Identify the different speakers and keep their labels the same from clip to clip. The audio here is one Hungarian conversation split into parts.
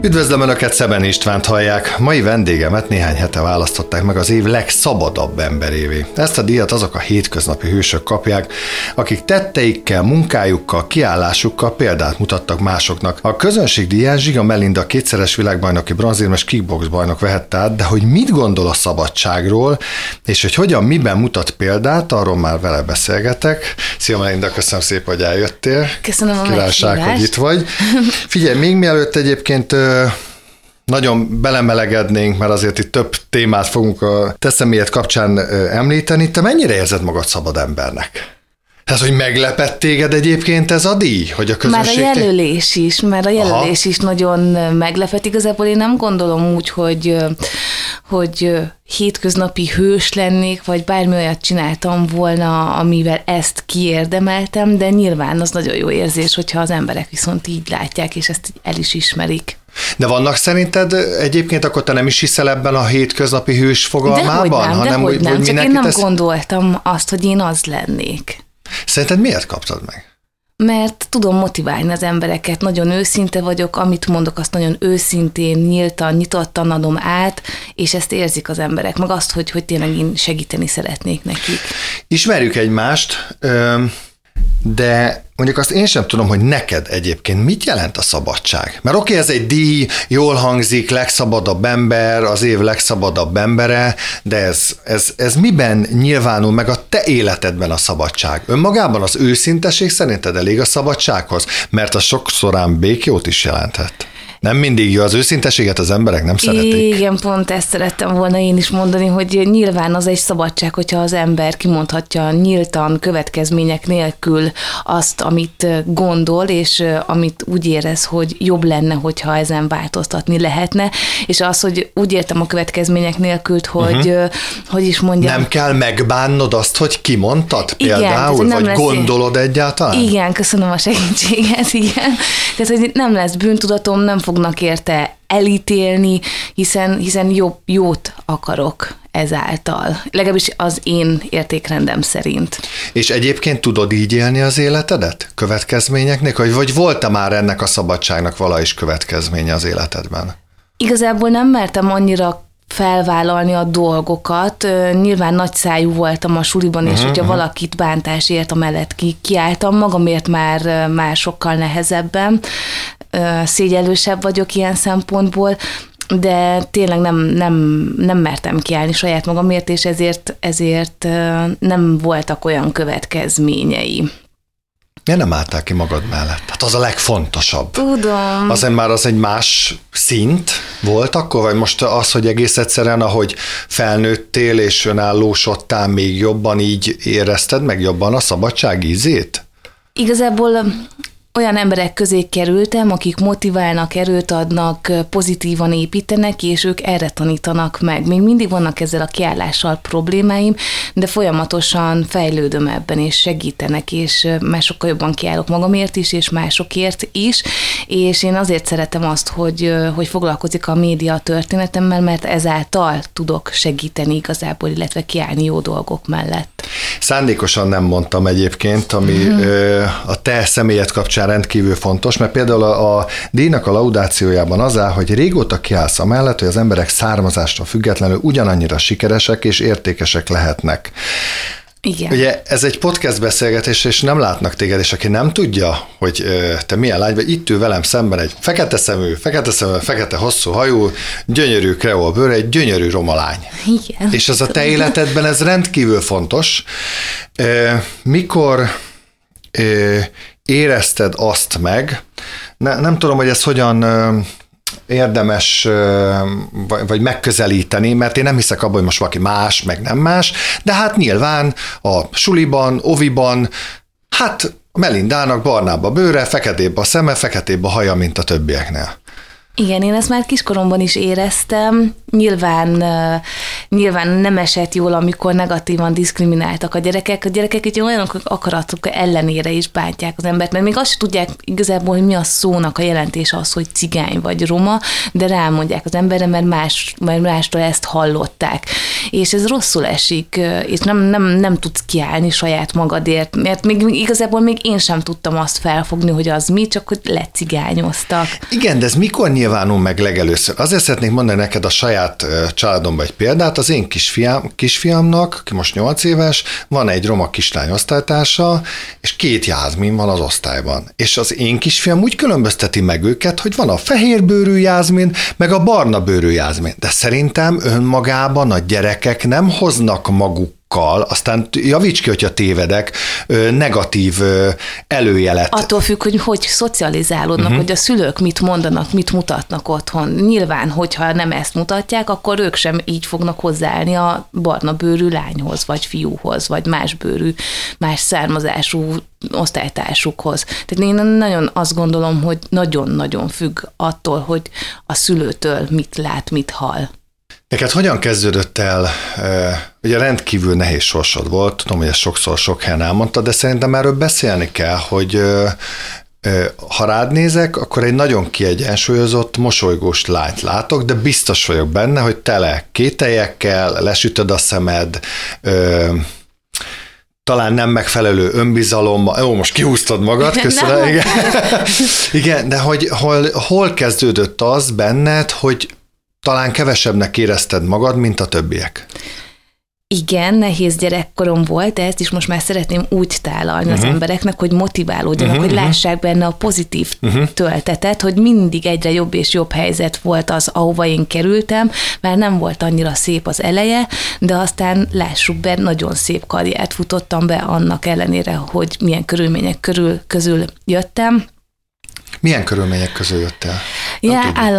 Speaker 1: Üdvözlöm Önöket, Szeben Istvánt hallják. Mai vendégemet néhány hete választották meg az év legszabadabb emberévé. Ezt a díjat azok a hétköznapi hősök kapják, akik tetteikkel, munkájukkal, kiállásukkal példát mutattak másoknak. A közönségdíján Zsiga Melinda kétszeres világbajnoki bronzérmes kickbox bajnok vehette át, de hogy mit gondol a szabadságról, és hogy hogyan, miben mutat példát, arról már vele beszélgetek. Szia Melinda, köszönöm szépen, hogy eljöttél.
Speaker 2: Köszönöm a
Speaker 1: Királyság, hogy itt vagy. Figyelj, még mielőtt egyébként nagyon belemelegednénk, mert azért itt több témát fogunk a te személyed kapcsán említeni. Te mennyire érzed magad szabad embernek? Tehát, hogy meglepett téged egyébként ez a díj? Hogy a közönség...
Speaker 2: Már a jelölés is nagyon meglepett. Igazából én nem gondolom úgy, hogy hétköznapi hős lennék, vagy bármi olyat csináltam volna, amivel ezt kiérdemeltem, de nyilván az nagyon jó érzés, hogyha az emberek viszont így látják, és ezt el is ismerik.
Speaker 1: De vannak szerinted egyébként, akkor te nem is hiszel ebben a hétköznapi hős fogalmában?
Speaker 2: Dehogy nem, csak én nem gondoltam azt, hogy én az lennék.
Speaker 1: Szerinted miért kaptad meg?
Speaker 2: Mert tudom motiválni az embereket, nagyon őszinte vagyok, amit mondok, azt nagyon őszintén, nyitottan adom át, és ezt érzik az emberek, meg azt, hogy tényleg én segíteni szeretnék nekik.
Speaker 1: Ismerjük egymást, de mondjuk azt én sem tudom, hogy neked egyébként mit jelent a szabadság. Mert oké, ez egy díj, jól hangzik, legszabadabb ember, az év legszabadabb embere, de ez miben nyilvánul meg a te életedben a szabadság? Önmagában az őszinteség szerinted elég a szabadsághoz? Mert az sokszorán békjót is jelenthet. Nem mindig jó, az őszinteséget az emberek nem szeretik.
Speaker 2: Igen, pont ezt szerettem volna én is mondani, hogy nyilván az egy szabadság, hogyha az ember kimondhatja nyíltan, következmények nélkül azt, amit gondol, és amit úgy érez, hogy jobb lenne, hogyha ezen változtatni lehetne, és az, hogy úgy értem a következmények nélkül, hogy hogy is mondjam.
Speaker 1: Nem kell megbánnod azt, hogy kimondtad például,
Speaker 2: igen,
Speaker 1: vagy gondolod egyáltalán?
Speaker 2: Igen, köszönöm a segítséget, igen. Tehát, hogy nem lesz bűntudatom, nem fognak érte elítélni, hiszen jót akarok ezáltal. Legalábbis az én értékrendem szerint.
Speaker 1: És egyébként tudod így élni az életedet? Következményeknek? Vagy volt-e már ennek a szabadságnak vala is következménye az életedben?
Speaker 2: Igazából nem mertem annyira felvállalni a dolgokat. Nyilván nagyszájú voltam a suliban, és hogyha valakit bántásért amellett kiálltam, magamért már sokkal nehezebben. Szégyellősebb vagyok ilyen szempontból, de tényleg nem mertem kiállni saját magamért, és ezért nem voltak olyan következményei.
Speaker 1: Miért nem álltál ki magad mellett? Hát az a legfontosabb.
Speaker 2: Tudom.
Speaker 1: Azért már az egy más szint volt akkor, vagy most az, hogy egész egyszerűen, ahogy felnőttél és önállósodtál, még jobban így érezted meg jobban a szabadság ízét?
Speaker 2: Igazából olyan emberek közé kerültem, akik motiválnak, erőt adnak, pozitívan építenek, és ők erre tanítanak meg. Még mindig vannak ezzel a kiállással problémáim, de folyamatosan fejlődöm ebben, és segítenek, és már sokkal jobban kiállok magamért is, és másokért is, és én azért szeretem azt, hogy foglalkozik a média történetemmel, mert ezáltal tudok segíteni igazából, illetve kiállni jó dolgok mellett.
Speaker 1: Szándékosan nem mondtam egyébként, ami a te személyed kapcsán rendkívül fontos, mert például a díjnak a laudációjában az áll, hogy régóta kiállsz amellett, hogy az emberek származástól függetlenül ugyanannyira sikeresek és értékesek lehetnek.
Speaker 2: Igen.
Speaker 1: Ugye ez egy podcast beszélgetés, és nem látnak téged, és aki nem tudja, hogy te milyen lány vagy, itt ül velem szemben egy fekete szemű, fekete hosszú hajú, gyönyörű kreol bőr, egy gyönyörű roma lány.
Speaker 2: Igen.
Speaker 1: És az a te életedben ez rendkívül fontos. Mikor érezted azt meg, nem tudom, hogy ez hogyan érdemes vagy megközelíteni, mert én nem hiszek abban, hogy most valaki más, meg nem más, de hát nyilván a suliban, oviban, hát Melindának barnább a bőre, feketébb a szeme, feketébb a haja, mint a többieknél.
Speaker 2: Igen, én ezt már kiskoromban is éreztem. Nyilván nyilván nem esett jól, amikor negatívan diszkrimináltak a gyerekek. A gyerekek így olyanok akaratok ellenére is bántják az embert, mert még azt se tudják igazából, hogy mi a szónak a jelentése az, hogy cigány vagy roma, de rámondják az emberre, mert mástól ezt hallották. És ez rosszul esik, és nem tudsz kiállni saját magadért, mert még igazából még én sem tudtam azt felfogni, hogy az mi, csak hogy lecigányoztak.
Speaker 1: Igen, de ez mikor nyilvánul meg legelőször? Azért szeretnék mondani neked a saját családomban egy példát. Az én kisfiamnak, aki most 8 éves, van egy roma kislány osztálytársa, és 2 Jászmin van az osztályban. És az én kisfiam úgy különbözteti meg őket, hogy van a fehérbőrű Jászmin, meg a barna bőrű Jászmin. De szerintem önmagában a gyerekek nem hoznak magukkal, aztán javíts ki, hogyha tévedek, negatív előjelet.
Speaker 2: Attól függ, hogy szocializálódnak, hogy a szülők mit mondanak, mit mutatnak otthon. Nyilván, hogyha nem ezt mutatják, akkor ők sem így fognak hozzáállni a barna bőrű lányhoz, vagy fiúhoz, vagy más bőrű, más származású osztálytársukhoz. Tehát én nagyon azt gondolom, hogy nagyon-nagyon függ attól, hogy a szülőtől mit lát, mit hall.
Speaker 1: Neked hogyan kezdődött el, ugye rendkívül nehéz sorsod volt, tudom, hogy ezt sokszor sok helyen elmondtad, de szerintem erről beszélni kell, hogy ha rád nézek, akkor egy nagyon kiegyensúlyozott, mosolygós lányt látok, de biztos vagyok benne, hogy tele kételyekkel, lesütöd a szemed, talán nem megfelelő önbizalommal. Jó, most kihúztad magad, köszönöm. Igen. Igen, de hogy hol kezdődött az benned, hogy talán kevesebbnek érezted magad, mint a többiek?
Speaker 2: Igen, nehéz gyerekkorom volt, de ezt is most már szeretném úgy tálalni az embereknek, hogy motiválódjanak, hogy lássák benne a pozitív töltetet, hogy mindig egyre jobb és jobb helyzet volt az, ahova én kerültem, mert nem volt annyira szép az eleje, de aztán lássuk be, nagyon szép karriert futottam be annak ellenére, hogy milyen körülmények közül jöttem.
Speaker 1: Milyen körülmények közül jöttél?
Speaker 2: Ja,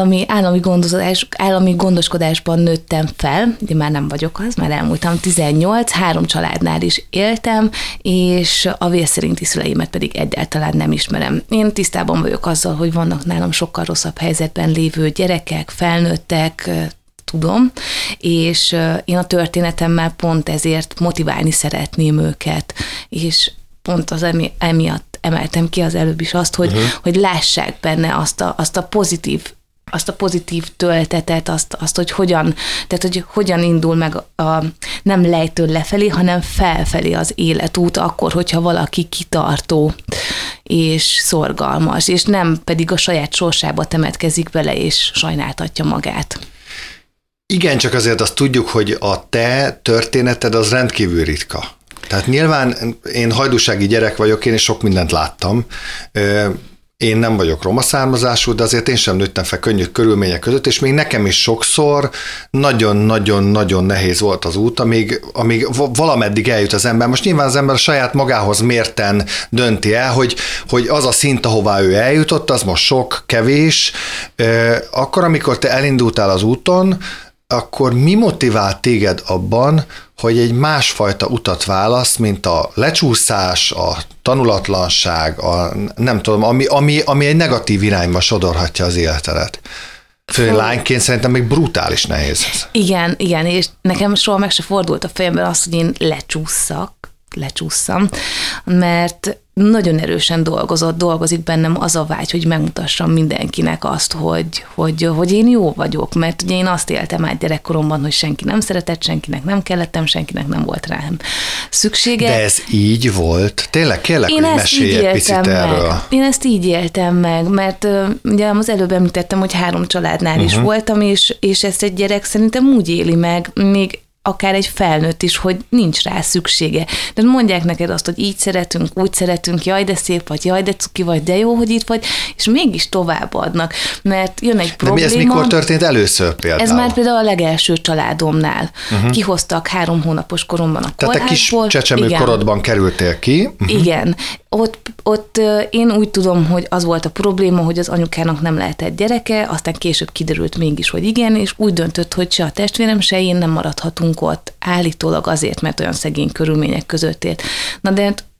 Speaker 2: állami gondoskodásban nőttem fel, de már nem vagyok az, már elmúltam 18, 3 családnál is éltem, és a vér szerinti szüleimet pedig egyáltalán nem ismerem. Én tisztában vagyok azzal, hogy vannak nálam sokkal rosszabb helyzetben lévő gyerekek, felnőttek, tudom, és én a történetemmel pont ezért motiválni szeretném őket, és pont az emiatt emeltem ki az előbb is azt, hogy lássák benne azt a pozitív töltetet, azt, hogy hogyan indul meg nem lejtől lefelé, hanem felfelé az életút, akkor, hogyha valaki kitartó és szorgalmas, és nem pedig a saját sorsába temetkezik bele, és sajnáltatja magát.
Speaker 1: Igen, csak azért azt tudjuk, hogy a te történeted az rendkívül ritka. Tehát nyilván én hajdúsági gyerek vagyok, én is sok mindent láttam. Én nem vagyok roma származású, de azért én sem nőttem fel könnyű körülmények között, és még nekem is sokszor nagyon-nagyon-nagyon nehéz volt az út, amíg valameddig eljut az ember. Most nyilván az ember saját magához mérten dönti el, hogy az a szint, ahová ő eljutott, az most sok, kevés. Akkor, amikor te elindultál az úton, akkor mi motivált téged abban, hogy egy másfajta utat válasz, mint a lecsúszás, a tanulatlanság, nem tudom, ami egy negatív irányba sodorhatja az életedet. Főleg lányként szerintem még brutális nehéz ez.
Speaker 2: Igen, és nekem soha meg se fordult a fejemben az, hogy én lecsúszszam, mert nagyon erősen dolgozik bennem az a vágy, hogy megmutassam mindenkinek azt, hogy én jó vagyok, mert ugye én azt éltem át gyerekkoromban, hogy senki nem szeretett, senkinek nem kellettem, senkinek nem volt rám szüksége.
Speaker 1: De ez így volt? Tényleg kérlek, hogy mesélj egy picit erről.
Speaker 2: Én ezt így éltem meg, mert ugye az előbb említettem, hogy 3 családnál is voltam, és ezt egy gyerek szerintem úgy éli meg, még akár egy felnőtt is, hogy nincs rá szüksége. De mondják neked azt, hogy így szeretünk, úgy szeretünk, jaj, de szép vagy, jaj, de cuki vagy, de jó, hogy itt vagy, és mégis továbbadnak, mert jön egy probléma.
Speaker 1: De ez mikor történt először például?
Speaker 2: Ez már például a legelső családomnál. Kihoztak 3 hónapos koromban a kórházból.
Speaker 1: Tehát te kis csecsemő korodban kerültél ki.
Speaker 2: Igen. Ott én úgy tudom, hogy az volt a probléma, hogy az anyukának nem lehetett gyereke, aztán később kiderült mégis, hogy igen, és úgy döntött, hogy se a testvérem, se én nem maradhatunk ott, állítólag azért, mert olyan szegény körülmények között élt. Na de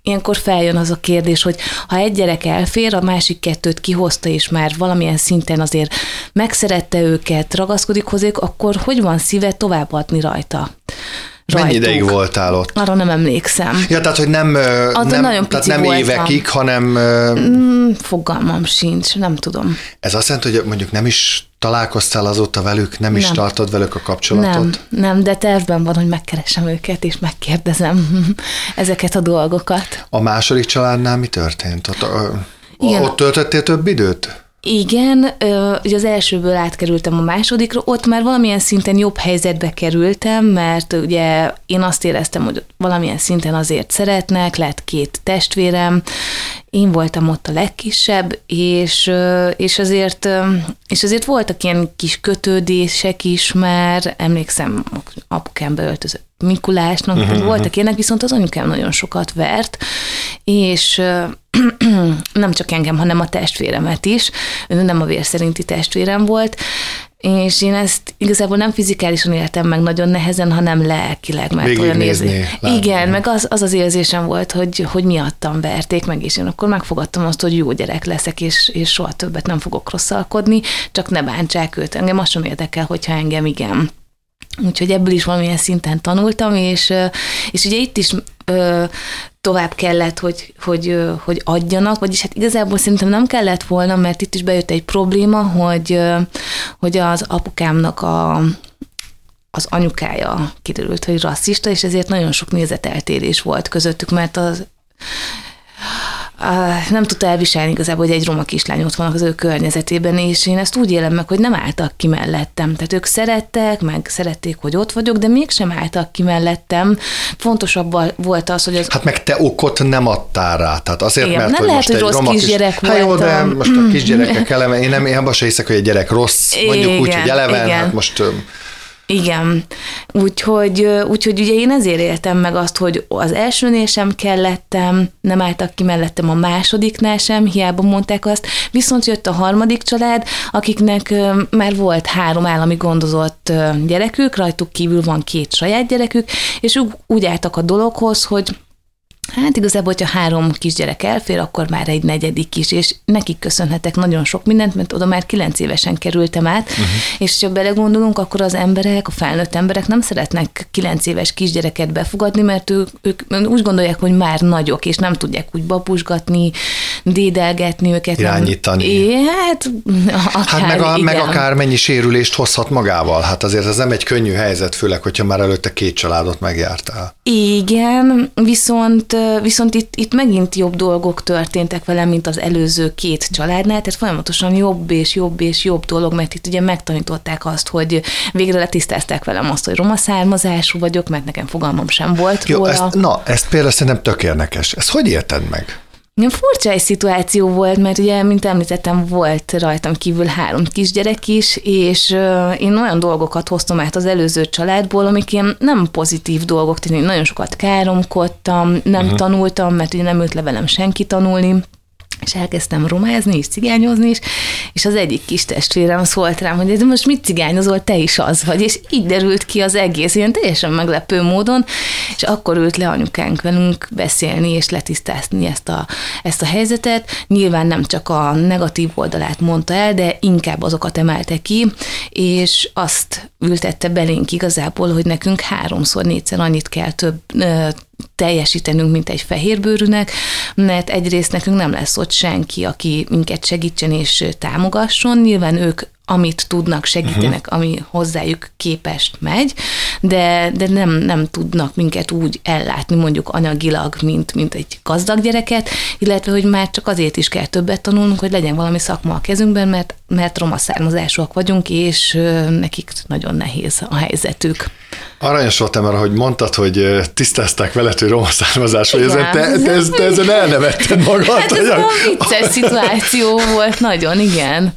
Speaker 2: ilyenkor feljön az a kérdés, hogy ha egy gyerek elfér, a másik kettőt kihozta, és már valamilyen szinten azért megszerette őket, ragaszkodik hozzájuk, akkor hogy van szíve továbbadni rajta?
Speaker 1: Mennyi ideig voltál ott?
Speaker 2: Arra nem emlékszem.
Speaker 1: Ja, tehát, hogy nem évekig, hanem...
Speaker 2: Fogalmam sincs, nem tudom.
Speaker 1: Ez azt jelenti, hogy mondjuk nem is találkoztál azóta velük, nem is tartod velük a kapcsolatot?
Speaker 2: Nem, de tervben van, hogy megkeresem őket, és megkérdezem ezeket a dolgokat.
Speaker 1: A második családnál mi történt? Ott töltöttél több időt?
Speaker 2: Igen, ugye az elsőből átkerültem a másodikra, ott már valamilyen szinten jobb helyzetbe kerültem, mert ugye én azt éreztem, hogy valamilyen szinten azért szeretnek, lett 2 testvérem, én voltam ott a legkisebb, és azért voltak ilyen kis kötődések is már, emlékszem, apukám beöltözött Mikulásnak, voltak ilyenek, viszont az anyukám nagyon sokat vert, és nem csak engem, hanem a testvéremet is, ő nem a vér szerinti testvérem volt, és én ezt igazából nem fizikálisan éltem meg nagyon nehezen, hanem lelkileg, mert olyan érzés. Igen, meg az érzésem volt, hogy miattam verték meg, és én akkor megfogadtam azt, hogy jó gyerek leszek, és soha többet nem fogok rosszalkodni, csak ne bántsák őt. Engem azt sem érdekel, hogyha engem igen. Úgyhogy ebből is valamilyen szinten tanultam, és ugye itt is tovább kellett, hogy adjanak, vagyis hát igazából szerintem nem kellett volna, mert itt is bejött egy probléma, hogy az apukámnak az anyukája kiderült, hogy rasszista, és ezért nagyon sok nézeteltérés volt közöttük, mert nem tudta elviselni igazából, hogy egy roma kislány ott van az ő környezetében, és én ezt úgy élem meg, hogy nem álltak ki mellettem. Tehát ők szerettek, meg szerették, hogy ott vagyok, de mégsem álltak ki mellettem. Fontosabb volt az, hogy
Speaker 1: Hát meg te okot nem adtál rá. Tehát azért,
Speaker 2: igen,
Speaker 1: mert
Speaker 2: nem
Speaker 1: hogy
Speaker 2: lehet,
Speaker 1: most
Speaker 2: hogy
Speaker 1: egy
Speaker 2: rossz
Speaker 1: roma
Speaker 2: kisgyerek voltam.
Speaker 1: Hát jó, de most a kisgyerekek eleve, én abban sem hiszek, hogy egy gyerek rossz, mondjuk úgy, hogy eleven, hát most...
Speaker 2: Igen, úgyhogy ugye én ezért éltem meg azt, hogy az elsőnél sem kellettem, nem álltak ki mellettem a másodiknál sem, hiába mondták azt, viszont jött a harmadik család, akiknek már volt 3 állami gondozott gyerekük, rajtuk kívül van 2 saját gyerekük, és úgy álltak a dologhoz, hogy hát igazából, hogyha 3 kisgyerek elfér, akkor már egy 4. is, és nekik köszönhetek nagyon sok mindent, mert oda már 9 évesen kerültem át, és ha belegondolunk, akkor az emberek, a felnőtt emberek nem szeretnek 9 éves kisgyereket befogadni, mert ők úgy gondolják, hogy már nagyok, és nem tudják úgy babusgatni, dédelgetni őket.
Speaker 1: Irányítani.
Speaker 2: Hát
Speaker 1: meg akár mennyi sérülést hozhat magával. Hát azért ez nem egy könnyű helyzet, főleg, hogyha már előtte 2 családot megjártál.
Speaker 2: Igen, viszont itt megint jobb dolgok történtek velem, mint az előző 2 családnál, tehát folyamatosan jobb és jobb és jobb dolog, mert itt ugye megtanították azt, hogy végre letisztázták velem azt, hogy roma származású vagyok, mert nekem fogalmam sem volt róla.
Speaker 1: Ezt például szerintem tök érdekes. Ezt hogy érted meg?
Speaker 2: Furcsa egy szituáció volt, mert ugye, mint említettem, volt rajtam kívül 3 kisgyerek is, és én olyan dolgokat hoztam át az előző családból, amik ilyen nem pozitív dolgok, tehát én nagyon sokat káromkodtam, nem tanultam, mert ugye nem ült le velem senki tanulni, és elkezdtem romázni és cigányozni is, és az egyik kis testvérem szólt rám, hogy de most mit cigányozol, te is az vagy, és így derült ki az egész, ilyen teljesen meglepő módon, és akkor ült le anyukánk velünk beszélni, és letisztázni ezt a helyzetet. Nyilván nem csak a negatív oldalát mondta el, de inkább azokat emelte ki, és azt ültette belénk igazából, hogy nekünk 3-4-szer annyit kell több teljesítenünk, mint egy fehérbőrűnek, mert egyrészt nekünk nem lesz ott senki, aki minket segítsen és támogasson. Nyilván ők amit tudnak, segítenek, ami hozzájuk képest megy, de nem tudnak minket úgy ellátni mondjuk anyagilag, mint egy gazdag gyereket, illetve, hogy már csak azért is kell többet tanulnunk, hogy legyen valami szakma a kezünkben, mert roma származásúak vagyunk, és nekik nagyon nehéz a helyzetük.
Speaker 1: Aranyos voltam arra, hogy mondtad, hogy tisztázták veled, hogy roma származású, hogy te ezen elnevetted magad.
Speaker 2: Hát ez olyan vicces szituáció volt, nagyon, igen.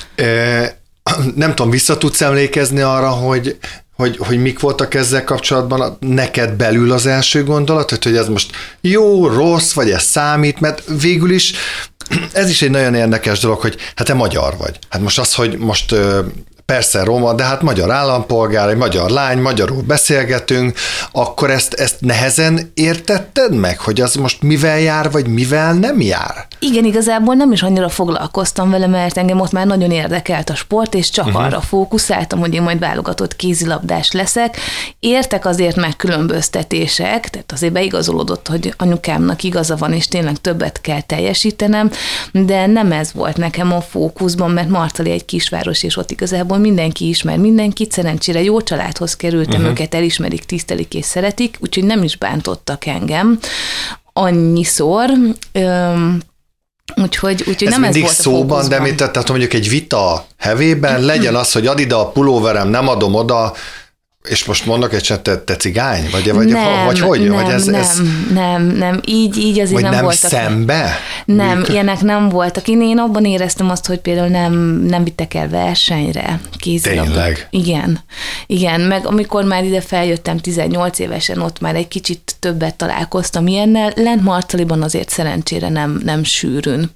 Speaker 1: Nem tudom, vissza tudsz emlékezni arra, hogy mik voltak ezzel kapcsolatban neked belül az első gondolat, hogy ez most jó, rossz, vagy ez számít, mert végül is ez is egy nagyon érdekes dolog, hogy hát te magyar vagy. Hát most az, hogy most persze roma, de hát magyar állampolgár, egy magyar lány, magyarul beszélgetünk, akkor ezt nehezen értetted meg, hogy az most mivel jár, vagy mivel nem jár?
Speaker 2: Igen, igazából nem is annyira foglalkoztam vele, mert engem ott már nagyon érdekelt a sport, és csak arra fókuszáltam, hogy én majd válogatott kézilabdás leszek. Értek azért megkülönböztetések, tehát azért beigazolódott, hogy anyukámnak igaza van, és tényleg többet kell teljesítenem, de nem ez volt nekem a fókuszban, mert Martali egy kisváros, és ott igazából mindenki ismer mindenkit, szerencsére jó családhoz kerültem, őket elismerik, tisztelik és szeretik, úgyhogy nem is bántottak engem annyiszor, úgyhogy
Speaker 1: ez
Speaker 2: nem ez
Speaker 1: mindig
Speaker 2: volt a
Speaker 1: szóban,
Speaker 2: fókuszban.
Speaker 1: de mit tehát mondjuk egy vita hevében legyen az, hogy add ide a pulóverem, nem adom oda, és most mondok egy te cigány? Vagy hogy?
Speaker 2: Nem, így azért
Speaker 1: vagy
Speaker 2: nem voltak.
Speaker 1: szembe?
Speaker 2: Nem, ilyenek nem voltak. Én abban éreztem azt, hogy például nem vittek el versenyre.
Speaker 1: Tényleg?
Speaker 2: Igen, meg amikor már ide feljöttem 18 évesen, ott már egy kicsit többet találkoztam ilyennel. Lent Marcaliban azért szerencsére nem sűrűn.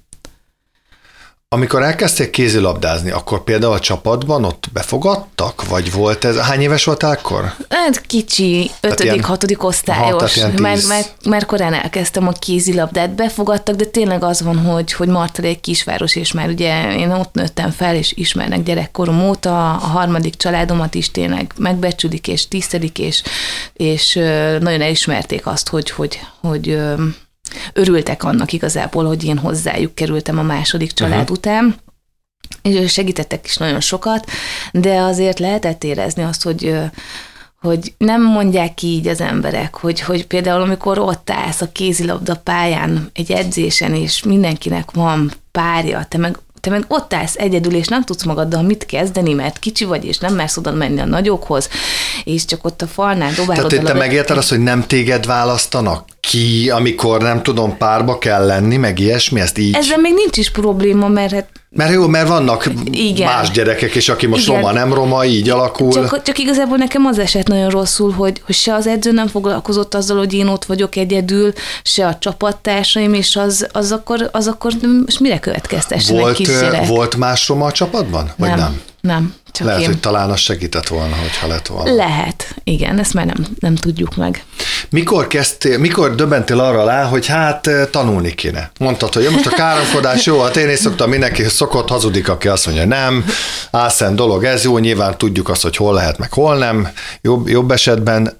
Speaker 1: Amikor elkezdték kézilabdázni, akkor például a csapatban ott befogadtak? Vagy volt ez? Hány éves voltál akkor?
Speaker 2: Hát kicsi, 5.-6. osztályos, mert korán elkezdtem a kézilabdát, befogadtak, de tényleg az van, hogy Martali egy kisváros, és már ugye én ott nőttem fel, és ismernek gyerekkorom óta, a harmadik családomat is tényleg megbecsülik, és tisztelik, és nagyon elismerték azt, hogy örültek annak igazából, hogy én hozzájuk kerültem a második család után, és segítettek is nagyon sokat, de azért lehetett érezni azt, hogy nem mondják így az emberek, hogy például amikor ott állsz a kézilabda pályán egy edzésen, és mindenkinek van párja, te meg ott állsz egyedül, és nem tudsz magaddal mit kezdeni, mert kicsi vagy, és nem mersz oda menni a nagyokhoz, és csak ott a falnál dobálod.
Speaker 1: Tehát te megérted azt, hogy nem téged választanak ki, amikor nem tudom, párba kell lenni, meg ilyesmi, ezt így?
Speaker 2: Ezzel még nincs is probléma, mert
Speaker 1: mert vannak más gyerekek, és aki most roma, nem roma, így alakul.
Speaker 2: Csak igazából nekem az esett nagyon rosszul, hogy se az edző nem foglalkozott azzal, hogy én ott vagyok egyedül, se a csapattársaim, és az akkor most mire következtessen egy kisgyerek? Volt
Speaker 1: más roma a csapatban? Vagy
Speaker 2: Nem. Csak
Speaker 1: lehet, hogy talán az segített volna, hogyha lett volna.
Speaker 2: Lehet, igen, ezt már nem tudjuk meg.
Speaker 1: Mikor döbbentél arra rá, hogy hát tanulni kéne? Mondtad, hogy most a káromkodás jó, hát én is szoktam, mindenki szokott, hazudik, aki azt mondja, nem, álszent dolog, ez jó, nyilván tudjuk azt, hogy hol lehet, meg hol nem, jobb esetben,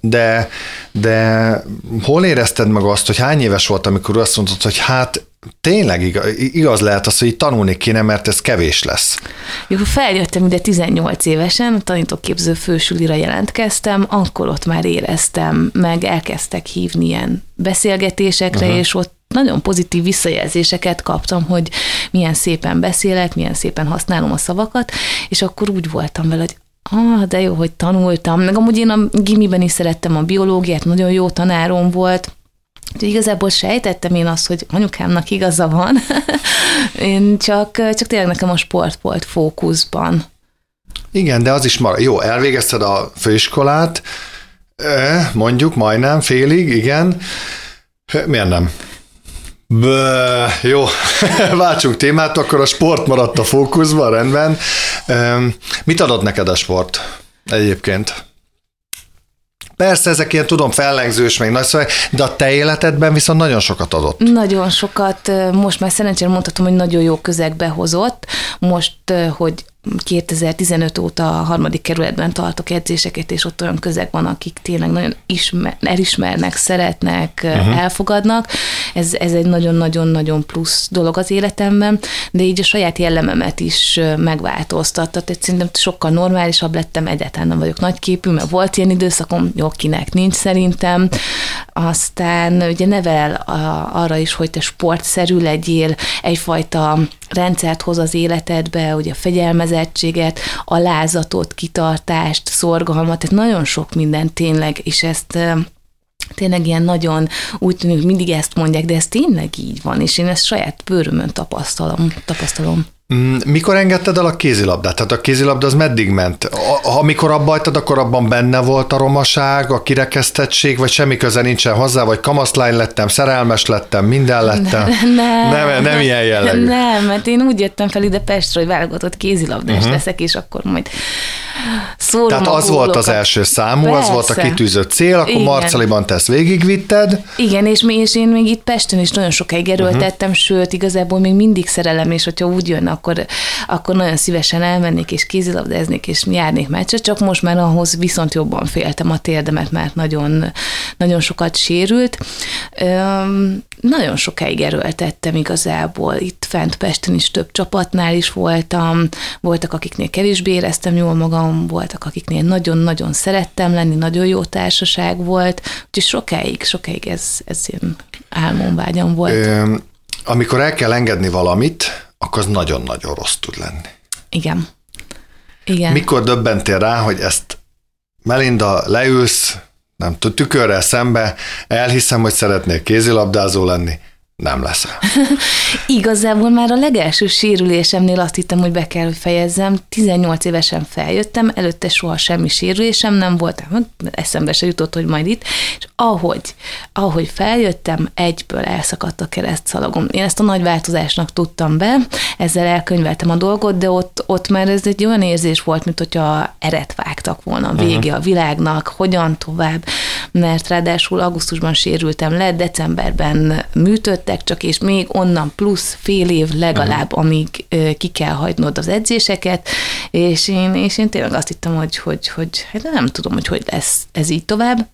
Speaker 1: de hol érezted meg azt, hogy hány éves volt, amikor azt mondtad, hogy hát tényleg igaz lehet az, hogy itt tanulni kéne, mert ez kevés lesz.
Speaker 2: Jó, feljöttem ide 18 évesen, tanítóképző fősulira jelentkeztem, akkor ott már éreztem, meg elkezdtek hívni ilyen beszélgetésekre, és ott nagyon pozitív visszajelzéseket kaptam, hogy milyen szépen beszélek, milyen szépen használom a szavakat, és akkor úgy voltam vele, hogy de jó, hogy tanultam. Meg amúgy én a gimiben is szerettem a biológiát, nagyon jó tanárom volt. Úgyhogy igazából sejtettem én azt, hogy anyukámnak igaza van. Én csak tényleg nekem a sport volt fókuszban.
Speaker 1: Igen, de az is jó, elvégezted a főiskolát, mondjuk majdnem félig, igen. Miért nem? Jó, váltsunk témát, akkor a sport maradt a fókuszban, rendben. Mit adott neked a sport egyébként? Persze, ezek ilyen, tudom, fellengzős, meg nagy szöveg, de a te életedben viszont nagyon sokat adott.
Speaker 2: Nagyon sokat, most már szerencsére mondhatom, hogy nagyon jó közegbe hozott. Most, hogy 2015 óta a 3. kerületben tartok edzéseket, és ott olyan közeg van, akik tényleg nagyon elismernek, szeretnek, elfogadnak. Ez egy nagyon-nagyon-nagyon plusz dolog az életemben, de így a saját jellememet is megváltoztatta. Tehát szerintem sokkal normálisabb lettem, egyáltalán nem vagyok nagyképű, mert volt ilyen időszakom, jó, kinek nincs szerintem. Aztán ugye nevel arra is, hogy te sportszerű legyél, egyfajta rendszert hoz az életedbe, ugye a fegyelmezettséget, alázatot, kitartást, szorgalmat, tehát nagyon sok minden tényleg, és ezt tényleg ilyen nagyon úgy tűnik, mindig ezt mondják, de ez tényleg így van, és én ezt saját bőrömön tapasztalom.
Speaker 1: Mikor engedted el a kézilabdát? Tehát a kézilabda az meddig ment? Amikor abba hagytad, akkor abban benne volt a romaság, a kirekesztettség, vagy semmi köze nincsen hozzá, vagy kamaszlány lettem, szerelmes lettem, minden lettem? Nem ilyen jellegű.
Speaker 2: Nem, mert én úgy jöttem fel ide Pestre, hogy válogatott kézilabdás leszek, és akkor majd szólom.
Speaker 1: Tehát az volt az első számú, persze. Az volt a kitűzött cél, akkor igen. Marcaliban te ezt végigvitted.
Speaker 2: Igen, és én még itt Pesten is nagyon sokáig erőltettem, sőt, igazából még mindig szerelem, és hogyha úgy jön, akkor nagyon szívesen elmennék, és kézilabdáznék, és járnék meccset, csak most már ahhoz viszont jobban féltem a térdemet, mert nagyon, nagyon sokat sérült. Nagyon sokáig erőltettem igazából. Itt fent Pesten is több csapatnál is voltam, voltak, akiknél kevésbé éreztem jól magam, voltak, akiknél nagyon-nagyon szerettem lenni, nagyon jó társaság volt, úgyhogy sokáig ez ilyen álmomvágyam volt.
Speaker 1: Amikor el kell engedni valamit, akkor az nagyon-nagyon rossz tud lenni.
Speaker 2: Igen.
Speaker 1: Mikor döbbentél rá, hogy ezt Melinda, leülsz, nem tud, tükörrel szembe, elhiszem, hogy szeretnél kézilabdázó lenni, nem leszel.
Speaker 2: Igazából már a legelső sérülésemnél azt hittem, hogy be kell, hogy fejezzem. 18 évesen feljöttem, előtte soha semmi sérülésem nem volt, eszembe se jutott, hogy majd itt, és ahogy feljöttem, egyből elszakadt a keresztszalagom. Én ezt a nagy változásnak tudtam be, ezzel elkönyveltem a dolgot, de ott már ez egy olyan érzés volt, mint hogyha eret vágtak volna, vége a világnak, hogyan tovább, mert ráadásul augusztusban sérültem le, decemberben műtöttek csak, és még onnan plusz fél év legalább, amíg ki kell hagynod az edzéseket, és én tényleg azt hittem, hogy hát nem tudom, hogy lesz ez így tovább.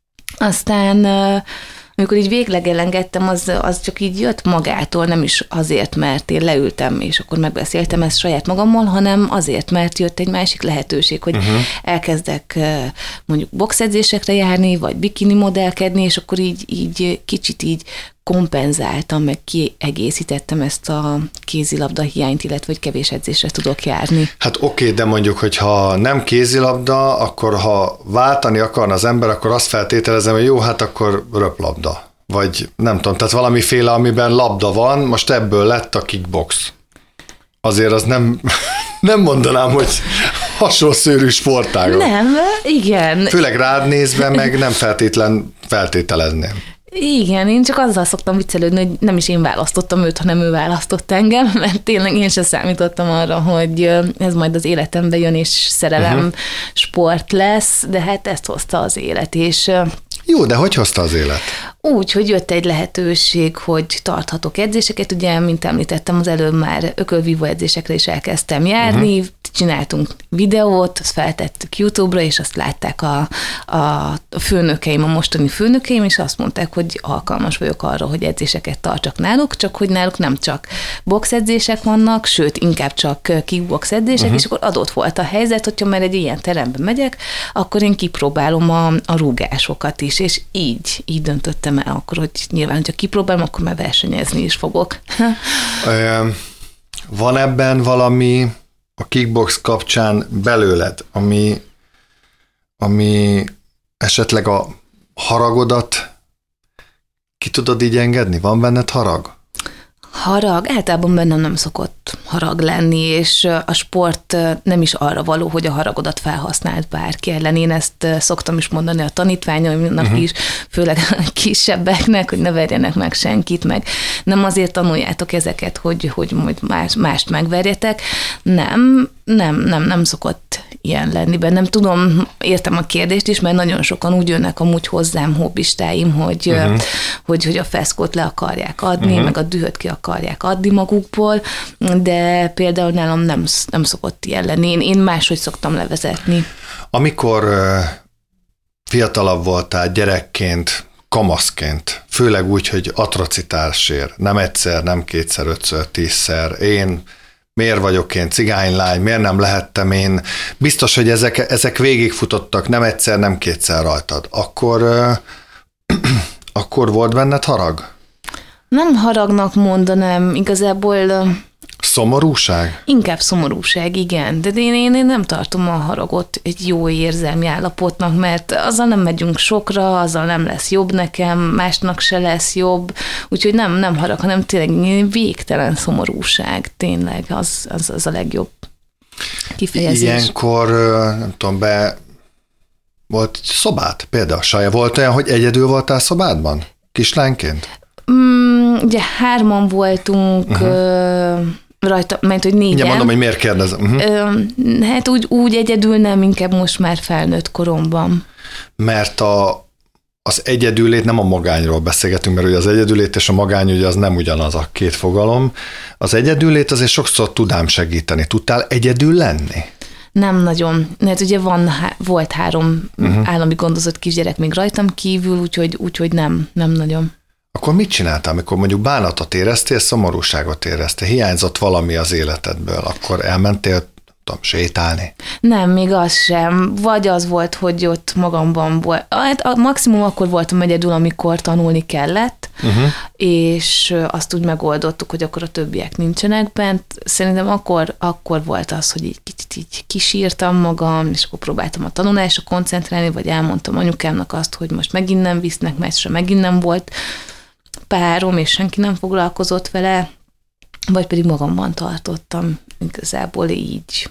Speaker 2: Aztán amikor így végleg elengedtem, az csak így jött magától, nem is azért, mert én leültem, és akkor megbeszéltem ezt saját magammal, hanem azért, mert jött egy másik lehetőség, hogy elkezdek mondjuk boxedzésekre járni, vagy bikini modellkedni, és akkor így kicsit így kompenzáltam, meg kiegészítettem ezt a kézilabda hiányt, illetve hogy kevés edzésre tudok járni.
Speaker 1: Hát oké, de mondjuk, hogyha nem kézilabda, akkor ha váltani akarna az ember, akkor azt feltételezem, hogy jó, hát akkor röplabda. Vagy nem tudom, tehát valamiféle, amiben labda van, most ebből lett a kickbox. Azért az nem mondanám, hogy hasonszőrű sportág.
Speaker 2: Nem, igen.
Speaker 1: Főleg rád nézve meg nem feltételezném.
Speaker 2: Igen, én csak azzal szoktam viccelődni, hogy nem is én választottam őt, hanem ő választott engem, mert tényleg én sem számítottam arra, hogy ez majd az életembe jön, és szerelem sport lesz, de hát ezt hozta az élet, és...
Speaker 1: Jó, de hogy hozta az élet?
Speaker 2: Úgy, hogy jött egy lehetőség, hogy tarthatok edzéseket, ugye, mint említettem, az előbb már ökölvívó edzésekre is elkezdtem járni, csináltunk videót, azt feltettük YouTube-ra, és azt látták a főnökeim, a mostani főnökeim, és azt mondták, hogy alkalmas vagyok arra, hogy edzéseket tartsak náluk, csak hogy náluk nem csak boxedzések vannak, sőt, inkább csak kickbox edzések, és akkor adott volt a helyzet, hogyha már egy ilyen terembe megyek, akkor én kipróbálom a rúgásokat is, és így döntöttem el akkor, hogy nyilván, hogyha kipróbálom, akkor már versenyezni is fogok.
Speaker 1: Van ebben valami a kickbox kapcsán belőled, ami esetleg a haragodat ki tudod így engedni? Van benned harag?
Speaker 2: Harag? Általában bennem nem szokott harag lenni, és a sport nem is arra való, hogy a haragodat felhasználd bárki ellen. Én ezt szoktam is mondani a tanítványaimnak is, főleg a kisebbeknek, hogy ne verjenek meg senkit, meg nem azért tanuljátok ezeket, hogy majd mást megverjetek. Nem szokott ilyen lenni bennem. Tudom, értem a kérdést is, mert nagyon sokan úgy jönnek amúgy hozzám hobbistáim, hogy a feszkót le akarják adni, meg a dühöt ki akarják adni magukból, de például nálam nem szokott ilyen lenni. Én máshogy szoktam levezetni. Amikor
Speaker 1: fiatalabb voltál gyerekként, kamaszként, főleg úgy, hogy atrocitásért, nem egyszer, nem kétszer, ötször, 10-szer, miért vagyok én cigánylány, miért nem lehettem én, biztos, hogy ezek végigfutottak nem egyszer, nem kétszer rajtad. Akkor volt benned harag?
Speaker 2: Nem haragnak mondanám, igazából...
Speaker 1: Szomorúság?
Speaker 2: Inkább szomorúság, igen. De én nem tartom a haragot egy jó érzelmi állapotnak, mert azzal nem megyünk sokra, azzal nem lesz jobb nekem, másnak se lesz jobb, úgyhogy nem harag, hanem tényleg végtelen szomorúság. Tényleg, az a legjobb kifejezés.
Speaker 1: Ilyenkor, nem tudom, volt szobát például? Saja, volt olyan, hogy egyedül voltál szobádban? Kislányként?
Speaker 2: Ugye 3 voltunk rajta, mert hogy 4-en.
Speaker 1: Ugye mondom, hogy miért kérdezem.
Speaker 2: Hát úgy egyedül nem, inkább most már felnőtt koromban.
Speaker 1: Mert az egyedüllét, nem a magányról beszélgetünk, mert ugye az egyedüllét és a magány ugye az nem ugyanaz a két fogalom. Az egyedüllét azért sokszor tudám segíteni. Tudtál egyedül lenni?
Speaker 2: Nem nagyon, mert ugye volt 3 állami gondozott kisgyerek még rajtam kívül, úgyhogy nem nagyon.
Speaker 1: Akkor mit csináltál, amikor mondjuk bánatot éreztél, szomorúságot éreztél, hiányzott valami az életedből, akkor elmentél, tudom, sétálni?
Speaker 2: Nem, még az sem. Vagy az volt, hogy ott magamban volt. Hát a maximum akkor voltam egyedül, amikor tanulni kellett, és azt úgy megoldottuk, hogy akkor a többiek nincsenek bent. Szerintem akkor volt az, hogy így kicsit így kisírtam magam, és akkor próbáltam a tanulásra koncentrálni, vagy elmondtam anyukámnak azt, hogy most megint nem visznek messzre, megint nem volt párom, és senki nem foglalkozott vele, vagy pedig magamban tartottam igazából így.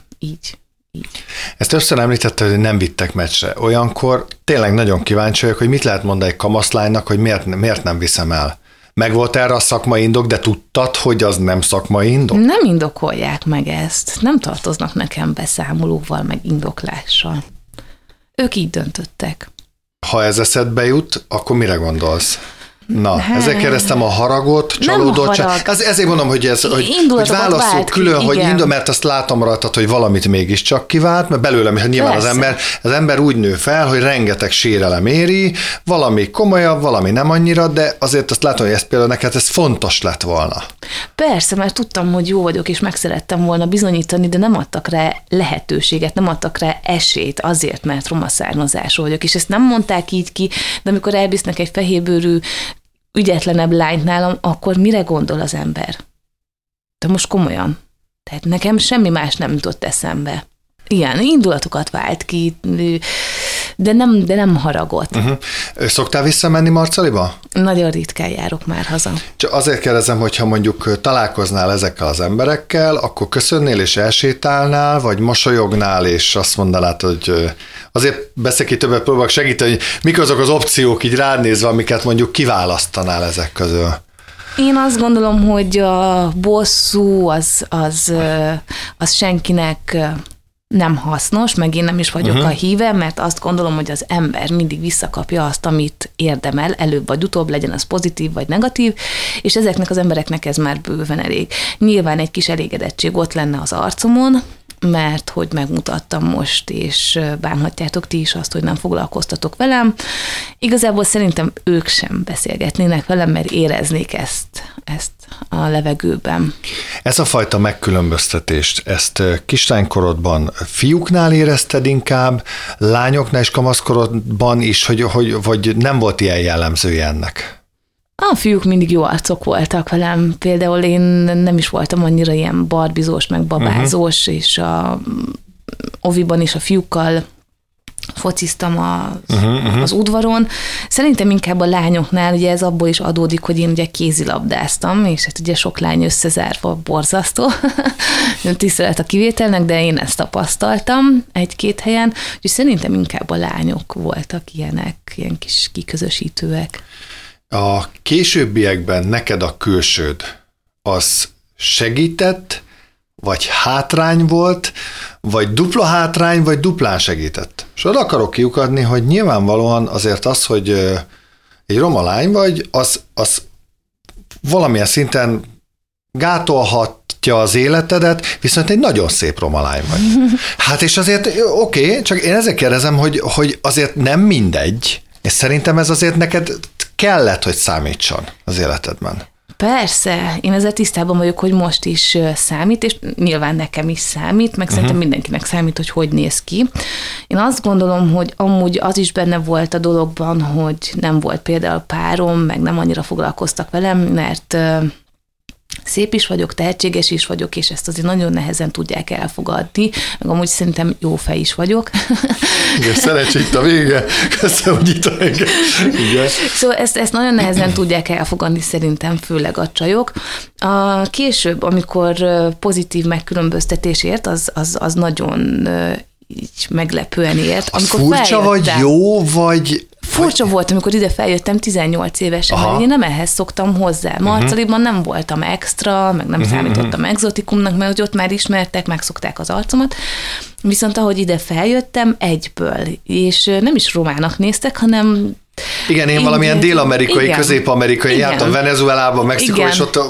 Speaker 1: Ezt össze említette, hogy nem vittek meccsre. Olyankor tényleg nagyon kíváncsi vagyok, hogy mit lehet mondani egy kamaszlánynak, hogy miért nem viszem el. Meg volt erre a szakmai indok, de tudtad, hogy az nem szakmai indok?
Speaker 2: Nem indokolják meg ezt. Nem tartoznak nekem beszámolóval, meg indoklással. Ők így döntöttek.
Speaker 1: Ha ez eszedbe jut, akkor mire gondolsz? Na, ezért kérdeztem a haragot, csalódottság. Ezért mondom, hogy hogy válaszol külön, hogy mert azt látom rajtad, hogy valamit mégiscsak kivált, mert belőlem nyilván az ember úgy nő fel, hogy rengeteg sérelem éri, valami komolyabb, valami nem annyira, de azért azt látom, hogy ez például neked ez fontos lett volna.
Speaker 2: Persze, mert tudtam, hogy jó vagyok, és meg szerettem volna bizonyítani, de nem adtak rá lehetőséget, nem adtak rá esélyt azért, mert roma származású vagyok, és ezt nem mondták így ki, de amikor elvisznek egy fehérbőrű ügyetlenebb lányt nálam, akkor mire gondol az ember? De most komolyan. Tehát nekem semmi más nem jutott eszembe. Ilyen indulatokat vált ki, de nem haragot.
Speaker 1: Szoktál visszamenni Marcaliba?
Speaker 2: Nagyon ritkán járok már haza.
Speaker 1: Csak azért kérdezem, hogyha mondjuk találkoznál ezekkel az emberekkel, akkor köszönnél és elsétálnál, vagy mosolyognál, és azt mondanád, hogy azért beszélek ki többet, próbálok segíteni, hogy mik azok az opciók így rád nézve, amiket mondjuk kiválasztanál ezek közül.
Speaker 2: Én azt gondolom, hogy a bosszú az senkinek nem hasznos, meg én nem is vagyok a híve, mert azt gondolom, hogy az ember mindig visszakapja azt, amit érdemel, előbb vagy utóbb, legyen az pozitív vagy negatív, és ezeknek az embereknek ez már bőven elég. Nyilván egy kis elégedettség ott lenne az arcomon, mert hogy megmutattam most, és bánhatjátok ti is azt, hogy nem foglalkoztatok velem. Igazából szerintem ők sem beszélgetnének velem, mert éreznék ezt a levegőben. Ez
Speaker 1: a fajta megkülönböztetést, ezt kislánykorodban fiúknál érezted inkább, lányoknál és kamaszkorodban is, hogy nem volt ilyen jellemzője ennek?
Speaker 2: A fiúk mindig jó arcok voltak velem. Például én nem is voltam annyira ilyen barbizós, meg babázós, és a oviban is a fiúkkal fociztam az udvaron. Szerintem inkább a lányoknál, ugye ez abból is adódik, hogy én ugye kézilabdáztam, és hát ugye sok lány összezárva borzasztó. Tisztelet a kivételnek, de én ezt tapasztaltam egy-két helyen, úgyhogy szerintem inkább a lányok voltak ilyenek, ilyen kis kiközösítőek.
Speaker 1: A későbbiekben neked a külsőd az segített, vagy hátrány volt, vagy dupla hátrány, vagy duplán segített? És oda akarok kiukadni, hogy nyilvánvalóan azért az, hogy egy roma lány vagy, az valamilyen szinten gátolhatja az életedet, viszont egy nagyon szép roma lány vagy. Hát és azért oké, csak én ezzel kérdezem, hogy azért nem mindegy, és szerintem ez azért neked kellett, hogy számítson az életedben.
Speaker 2: Persze, én ezzel tisztában vagyok, hogy most is számít, és nyilván nekem is számít, meg szerintem mindenkinek számít, hogy néz ki. Én azt gondolom, hogy amúgy az is benne volt a dologban, hogy nem volt például párom, meg nem annyira foglalkoztak velem, mert szép is vagyok, tehetséges is vagyok, és ezt azért nagyon nehezen tudják elfogadni, meg amúgy szerintem jó fej is vagyok.
Speaker 1: Igen, szerencsé itt a vége, köszönöm, hogy itt a vége. Igen.
Speaker 2: Szóval ezt nagyon nehezen tudják elfogadni szerintem, főleg a csajok. Később, amikor pozitív megkülönböztetés ért, az nagyon így meglepően ért.
Speaker 1: Az furcsa vagy jó, vagy...
Speaker 2: Furcsa volt, amikor ide feljöttem 18 évesen, mert én nem ehhez szoktam hozzá. Marcaliban nem voltam extra, meg nem számítottam exotikumnak, mert hogy ott már ismertek, megszokták az arcomat. Viszont ahogy ide feljöttem, egyből, és nem is romának néztek, hanem...
Speaker 1: Igen, én valamilyen dél-amerikai, közép-amerikai, jártam Venezuelába, Mexikóba, és ott...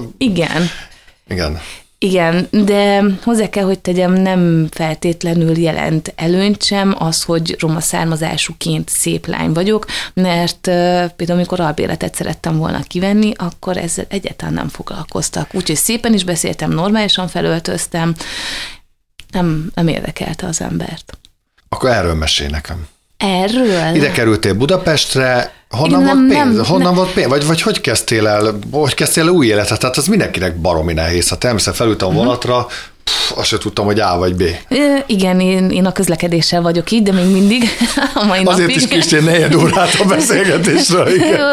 Speaker 2: Igen, de hozzá kell, hogy tegyem, nem feltétlenül jelent előnyt sem az, hogy roma származásúként szép lány vagyok, mert például amikor albérletet szerettem volna kivenni, akkor ezzel egyáltalán nem foglalkoztak. Úgyhogy szépen is beszéltem, normálisan felöltöztem, nem érdekelte az embert.
Speaker 1: Akkor erről mesélj nekem.
Speaker 2: Erről?
Speaker 1: Ide kerültél Budapestre, honnan volt pénz? Vagy hogy kezdtél el új életet? Tehát az mindenkinek baromi nehéz. Ha természetesen felültem vonatra, azt sem tudtam, hogy A vagy B.
Speaker 2: Igen, én a közlekedéssel vagyok így, de még mindig a mai napig.
Speaker 1: Azért is késtél 4 órát a beszélgetésről.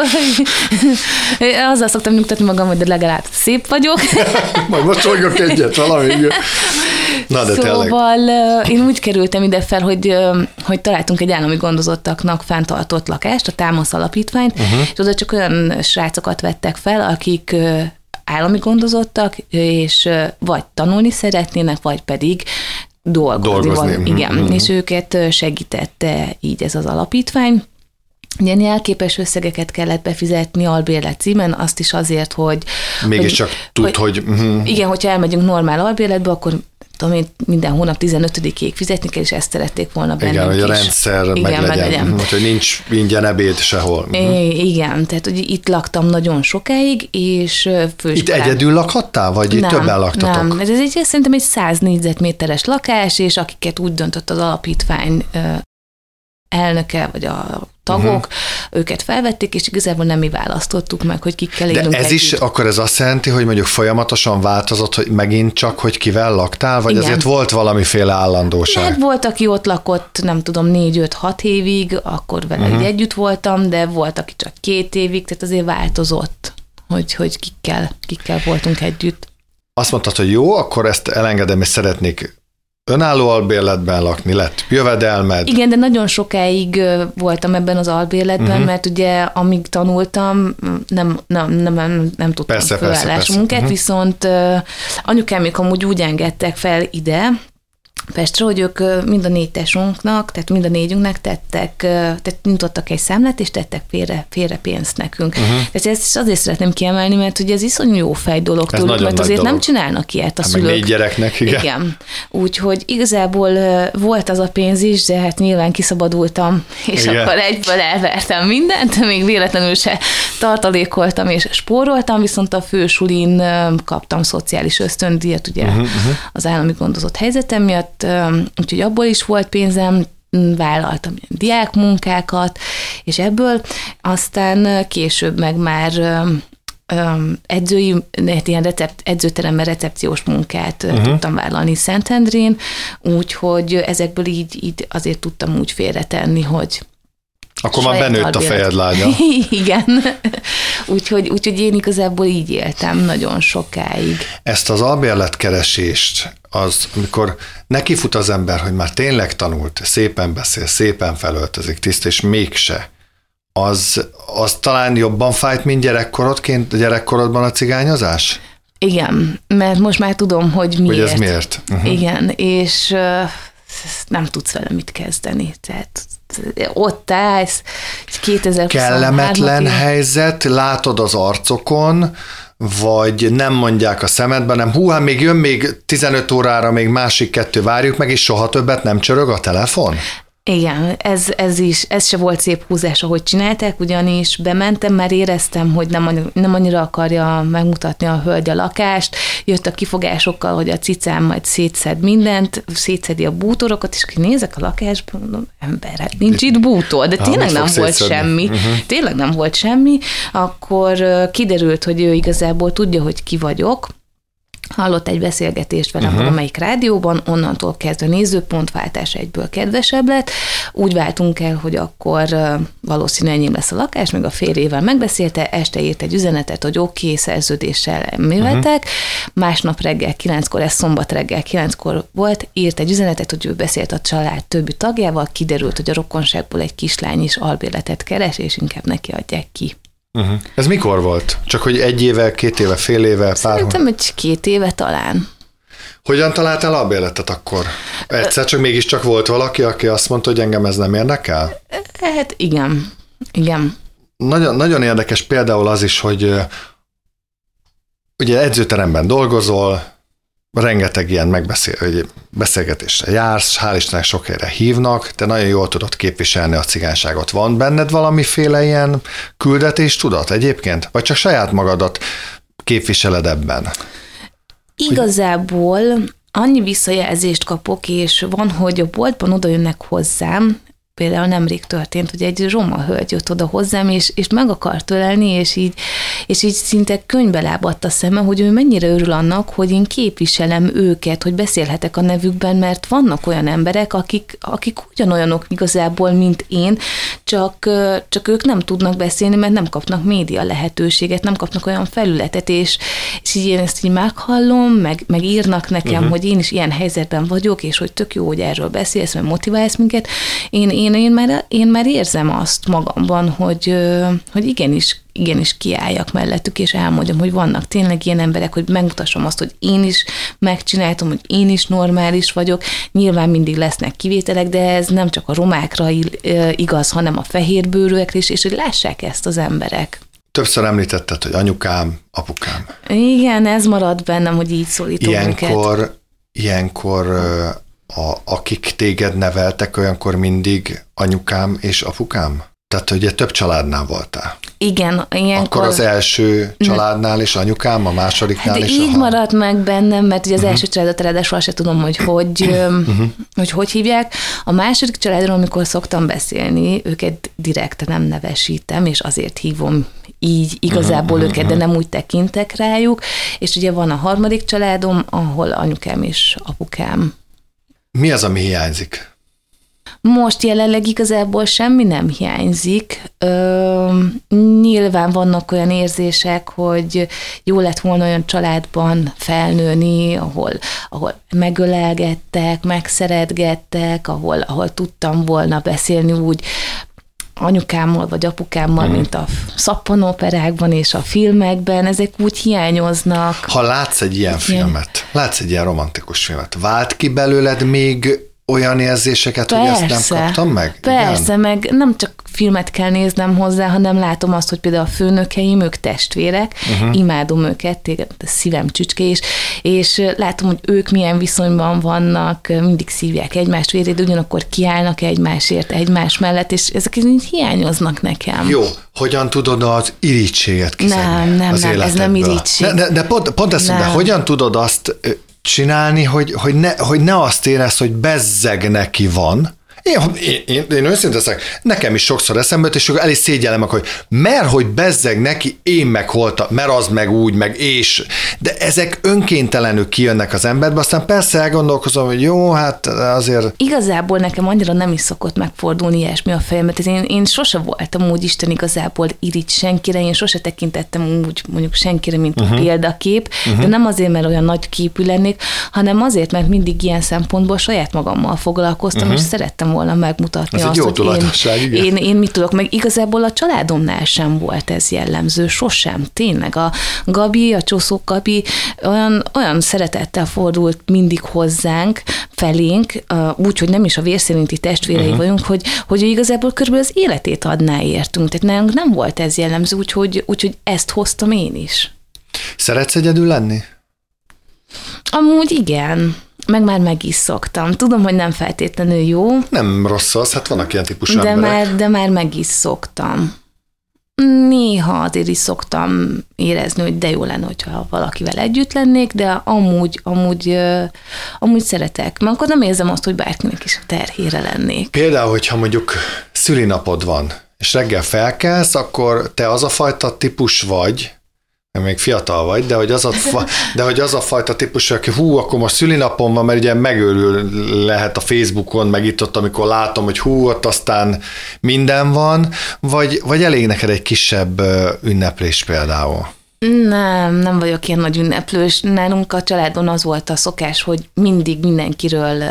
Speaker 2: Azzal szoktam nyugtatni magam, hogy de legalább szép vagyok.
Speaker 1: Majd mosolygok egyet valami. Na, de
Speaker 2: szóval én úgy kerültem ide fel, hogy találtunk egy állami gondozottaknak fenntartott lakást, a Támasz Alapítványt, és oda csak olyan srácokat vettek fel, akik állami gondozottak, és vagy tanulni szeretnének, vagy pedig dolgozni. Igen, és őket segítette így ez az alapítvány. Ilyen jelképes összegeket kellett befizetni albérlet címen, azt is azért, hogy...
Speaker 1: Mégiscsak hogy...
Speaker 2: Igen, hogyha elmegyünk normál albérletbe, akkor tudom én, minden hónap 15-ig fizetni kell, és ezt szerették volna bennünk.
Speaker 1: Igen, hogy a rendszer meglegyen. Úgyhogy nincs ingyen ebéd sehol.
Speaker 2: Igen, tehát hogy itt laktam nagyon sokáig, és
Speaker 1: Itt egyedül lakhattál, vagy itt többen laktatok?
Speaker 2: Nem, ez szerintem egy 100 négyzetméteres lakás, és akiket úgy döntött az alapítvány elnöke, vagy a tagok, őket felvették, és igazából nem mi választottuk meg, hogy kikkel élünk.
Speaker 1: De ez is, akkor ez azt jelenti, hogy mondjuk folyamatosan változott, hogy megint csak, hogy kivel laktál, vagy azért volt valamiféle állandóság?
Speaker 2: Hát volt, aki ott lakott, nem tudom, 4-5-6 évig, akkor vele együtt voltam, de volt, aki csak 2 évig, tehát azért változott, hogy kikkel voltunk együtt.
Speaker 1: Azt mondtad, hogy jó, akkor ezt elengedem, és szeretnék önálló albérletben lakni, lett jövedelmed.
Speaker 2: Igen, de nagyon sokáig voltam ebben az albérletben, mert ugye amíg tanultam, nem tudtam fölállású munkát, viszont anyukámék amúgy úgy engedtek fel ide, Pestre, hogy ők mind a 4 tesunknak, tehát mind a 4-ünknek tehát nyitottak egy számlát, és tettek félre pénzt nekünk. Tehát ezt azért szeretném kiemelni, mert ugye ez iszonyú jó fej dolog tőlük, mert azért nem csinálnak ilyet a szülők.
Speaker 1: Meg 4 gyereknek, igen.
Speaker 2: Úgyhogy igazából volt az a pénz is, de hát nyilván kiszabadultam, és akkor egyből elvertem mindent, még véletlenül se tartalékoltam és spóroltam, viszont a fősulin kaptam szociális ösztöndíjat, ugye az állami gondozott helyzetem miatt, úgyhogy abból is volt pénzem, vállaltam ilyen diákmunkákat, és ebből aztán később meg már edzőteremben recepciós munkát tudtam vállalni Szentendrén, úgyhogy ezekből így azért tudtam úgy félretenni, hogy
Speaker 1: akkor már benőtt a fejed, lánya.
Speaker 2: Igen. Úgyhogy én igazából így éltem nagyon sokáig.
Speaker 1: Ezt az albérletkeresést, amikor nekifut az ember, hogy már tényleg tanult, szépen beszél, szépen felöltözik, tiszt, és mégse, az talán jobban fájt, mint gyerekkorodban a cigányozás?
Speaker 2: Igen, mert most már tudom, hogy miért.
Speaker 1: Hogy ez miért?
Speaker 2: Igen, és nem tudsz vele mit kezdeni. Tehát ott állsz, 2023
Speaker 1: kellemetlen helyzet, látod az arcokon, vagy nem mondják a szemedben, nem hát még jön, még 15 órára még másik 2 várjuk meg, és soha többet nem csörög a telefon?
Speaker 2: Igen, ez se volt szép húzás, ahogy csinálták, ugyanis bementem, már éreztem, hogy nem annyira akarja megmutatni a hölgy a lakást, jött a kifogásokkal, hogy a cicám majd szétszed mindent, szétszedi a bútorokat, és nézek a lakásba, mondom, ember, hát nincs itt bútor, de tényleg nem volt semmi. Tényleg nem volt semmi, akkor kiderült, hogy ő igazából tudja, hogy ki vagyok, hallott egy beszélgetést velem valamelyik rádióban, onnantól kezdve nézőpontváltás egyből kedvesebb lett. Úgy váltunk el, hogy akkor valószínűleg enyém lesz a lakás, még a férjével megbeszélte, este írt egy üzenetet, hogy oké, szerződéssel műveltek. Másnap reggel 9-kor, ez szombat reggel 9-kor volt, írt egy üzenetet, hogy ő beszélt a család többi tagjával, kiderült, hogy a rokonságból egy kislány is albérletet keres, és inkább neki adják ki.
Speaker 1: Ez mikor volt? Csak hogy 1 éve, 2 éve, fél éve, pár
Speaker 2: Szerintem egy 2 éve talán.
Speaker 1: Hogyan találtál albérletet akkor? Egyszer csak mégiscsak volt valaki, aki azt mondta, hogy engem ez nem érdekel?
Speaker 2: Hát igen.
Speaker 1: Nagyon, nagyon érdekes például az is, hogy ugye edzőteremben dolgozol, rengeteg ilyen beszélgetésre jársz, hál' Istennek sok helyre hívnak, te nagyon jól tudod képviselni a cigányságot. Van benned valamiféle ilyen küldetés tudat egyébként? Vagy csak saját magadat képviseled ebben?
Speaker 2: Igazából annyi visszajelzést kapok, és van, hogy a boltban oda jönnek hozzám, például nemrég történt, hogy egy roma hölgy jött oda hozzám, és meg akart ölelni, és így szinte könyvbe lábadt a szeme, hogy ő mennyire örül annak, hogy én képviselem őket, hogy beszélhetek a nevükben, mert vannak olyan emberek, akik ugyanolyanok igazából, mint én, csak ők nem tudnak beszélni, mert nem kapnak média lehetőséget, nem kapnak olyan felületet, és így én ezt így meghallom, meg írnak nekem, hogy én is ilyen helyzetben vagyok, és hogy tök jó, hogy erről beszélsz, mert motiválsz minket. Én már érzem azt magamban, hogy igenis kiálljak mellettük, és elmondjam, hogy vannak tényleg ilyen emberek, hogy megmutassam azt, hogy én is megcsináltam, hogy én is normális vagyok. Nyilván mindig lesznek kivételek, de ez nem csak a romákra igaz, hanem a fehérbőrűekre is, és hogy lássák ezt az emberek.
Speaker 1: Többször említetted, hogy anyukám, apukám.
Speaker 2: Igen, ez maradt bennem, hogy így szólítom őket.
Speaker 1: Ilyenkor akik téged neveltek, olyankor mindig anyukám és apukám? Tehát ugye több családnál voltál.
Speaker 2: Igen, ilyenkor...
Speaker 1: Akkor az első családnál is anyukám, a másodiknál is?
Speaker 2: Így maradt meg bennem, mert ugye az első családot ráadásul se tudom, hogy hívják. A második családról, amikor szoktam beszélni, őket direkt nem nevesítem, és azért hívom így igazából őket, de nem úgy tekintek rájuk. És ugye van a harmadik családom, ahol anyukám és apukám.
Speaker 1: Mi az, ami hiányzik?
Speaker 2: Most jelenleg igazából semmi nem hiányzik. Nyilván vannak olyan érzések, hogy jó lett volna olyan családban felnőni, ahol megölelgettek, megszeretgettek, ahol tudtam volna beszélni úgy anyukámmal vagy apukámmal, mint a szappanoperákban és a filmekben, ezek úgy hiányoznak.
Speaker 1: Ha látsz egy ilyen filmet, látsz egy ilyen romantikus filmet, vált ki belőled még olyan érzéseket,
Speaker 2: persze,
Speaker 1: hogy ezt nem kaptam meg?
Speaker 2: Persze,
Speaker 1: igen?
Speaker 2: meg nem csak filmet kell néznem hozzá, hanem látom azt, hogy például a főnökeim, ők testvérek, imádom őket, téged a szívem csücske is, és látom, hogy ők milyen viszonyban vannak, mindig szívják egymás vérét, ugyanakkor kiállnak egymásért, egymás mellett, és ezek így hiányoznak nekem.
Speaker 1: Jó, hogyan tudod az irítséget kiszedni
Speaker 2: nem,
Speaker 1: az életedből?
Speaker 2: ez nem irítség.
Speaker 1: De pont ezt mondom, de hogyan tudod azt csinálni, hogy ne azt érezd, hogy bezzeg neki van. Én őszintén leszek, nekem is sokszor eszembe jut, és el is szégyellem meg, hogy mert hogy bezzeg neki, én meg holtam, mert az meg úgy, meg és. De ezek önkéntelenül kijönnek az emberbe, aztán persze elgondolkozom, hogy jó, hát azért... Igazából nekem annyira nem is szokott megfordulni ilyesmi a fejemet. Én sose voltam úgy Isten igazából irigy senkire, én sose tekintettem úgy mondjuk senkire, mint a példakép, de nem azért, mert olyan nagy képű lennék, hanem azért, mert mindig ilyen szempontból saját magammal foglalkoztam, és szerettem volna megmutatni ez
Speaker 2: azt, hogy én mit tudok, meg igazából a családomnál sem volt ez jellemző, sosem, tényleg. A Gabi, a Csoszó Gabi olyan szeretettel fordult mindig hozzánk, felénk, úgy, hogy nem is a vérszerinti testvérei vagyunk, hogy ő igazából körülbelül az életét adná értünk, tehát nálunk nem volt ez jellemző, úgyhogy ezt hoztam én is.
Speaker 1: Szeretsz egyedül lenni?
Speaker 2: Amúgy igen. Meg is szoktam. Tudom, hogy nem feltétlenül jó.
Speaker 1: Nem rossz az, hát vannak ilyen típusú emberek.
Speaker 2: De már meg is szoktam. Néha azért is szoktam érezni, hogy de jó lenne, hogyha valakivel együtt lennék, de amúgy szeretek. Mert akkor nem érzem azt, hogy bárkinek is a terhére lennék.
Speaker 1: Például, hogyha mondjuk szülinapod van, és reggel felkelsz, akkor te az a fajta típus vagy, még fiatal vagy, de hogy az a fajta típus, aki akkor most szülinapom van, mert ugye megőrül lehet a Facebookon, meg itt-ott, amikor látom, hogy ott aztán minden van, vagy elég neked egy kisebb ünneplés például?
Speaker 2: Nem vagyok ilyen nagy ünneplős. Nálunk a családon az volt a szokás, hogy mindig mindenkiről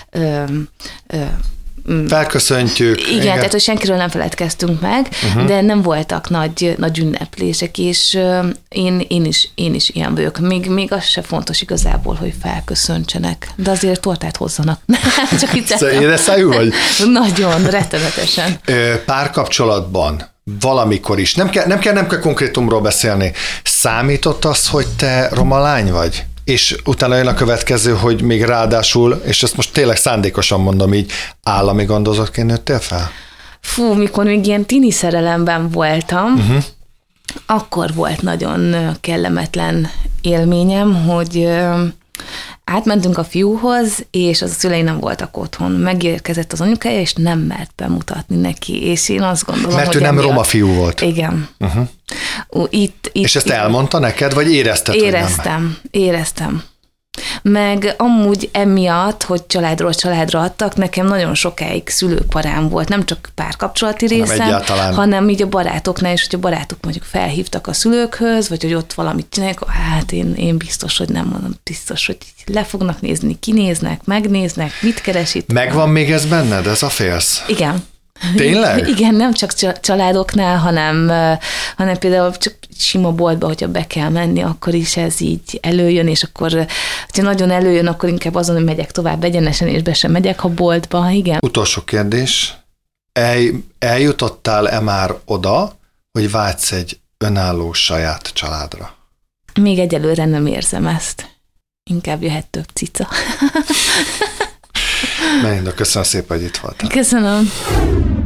Speaker 1: felköszöntjük.
Speaker 2: Igen, tehát hogy senkiről nem feledkeztünk meg, de nem voltak nagy ünnepések, és én is ilyen vagyok. Még az se fontos igazából, hogy felköszöntsenek, de azért tortát hozzanak. Csak itt
Speaker 1: éreszájú vagy?
Speaker 2: Nagyon, rettenetesen.
Speaker 1: Párkapcsolatban valamikor is, nem kell konkrétumról beszélni, számított az, hogy te roma lány vagy? És utána jön a következő, hogy még ráadásul, és ezt most tényleg szándékosan mondom így, állami gondozottként nőttél fel?
Speaker 2: Fú, mikor még ilyen tini szerelemben voltam, akkor volt nagyon kellemetlen élményem, hogy átmentünk a fiúhoz, és az a szülei nem voltak otthon. Megérkezett az anyukája, és nem mert bemutatni neki, és én azt gondolom,
Speaker 1: mert
Speaker 2: hogy
Speaker 1: ő nem roma fiú volt.
Speaker 2: Igen.
Speaker 1: És ezt elmondta neked, vagy érezted?
Speaker 2: Éreztem. Meg amúgy emiatt, hogy családról családra adtak, nekem nagyon sokáig szülőparám volt, nem csak párkapcsolati részem, hanem így a barátoknál is, hogy a barátok mondjuk felhívtak a szülőkhöz, vagy hogy ott valamit csinálják, hát én biztos, hogy nem mondom, biztos, hogy le fognak nézni, kinéznek, megnéznek, mit keres itt.
Speaker 1: Megvan még ez benned, ez a félsz?
Speaker 2: Igen.
Speaker 1: Tényleg?
Speaker 2: Igen, nem csak családoknál, hanem például csak sima boltba, hogyha be kell menni, akkor is ez így előjön, és akkor, hogyha nagyon előjön, akkor inkább azon, hogy megyek tovább egyenesen, és be sem megyek a boltba, igen.
Speaker 1: Utolsó kérdés. Eljutottál-e már oda, hogy vágysz egy önálló saját családra?
Speaker 2: Még egyelőre nem érzem ezt. Inkább jöhet több cica.
Speaker 1: Melinda, köszönöm szépen, hogy itt voltál.
Speaker 2: Köszönöm.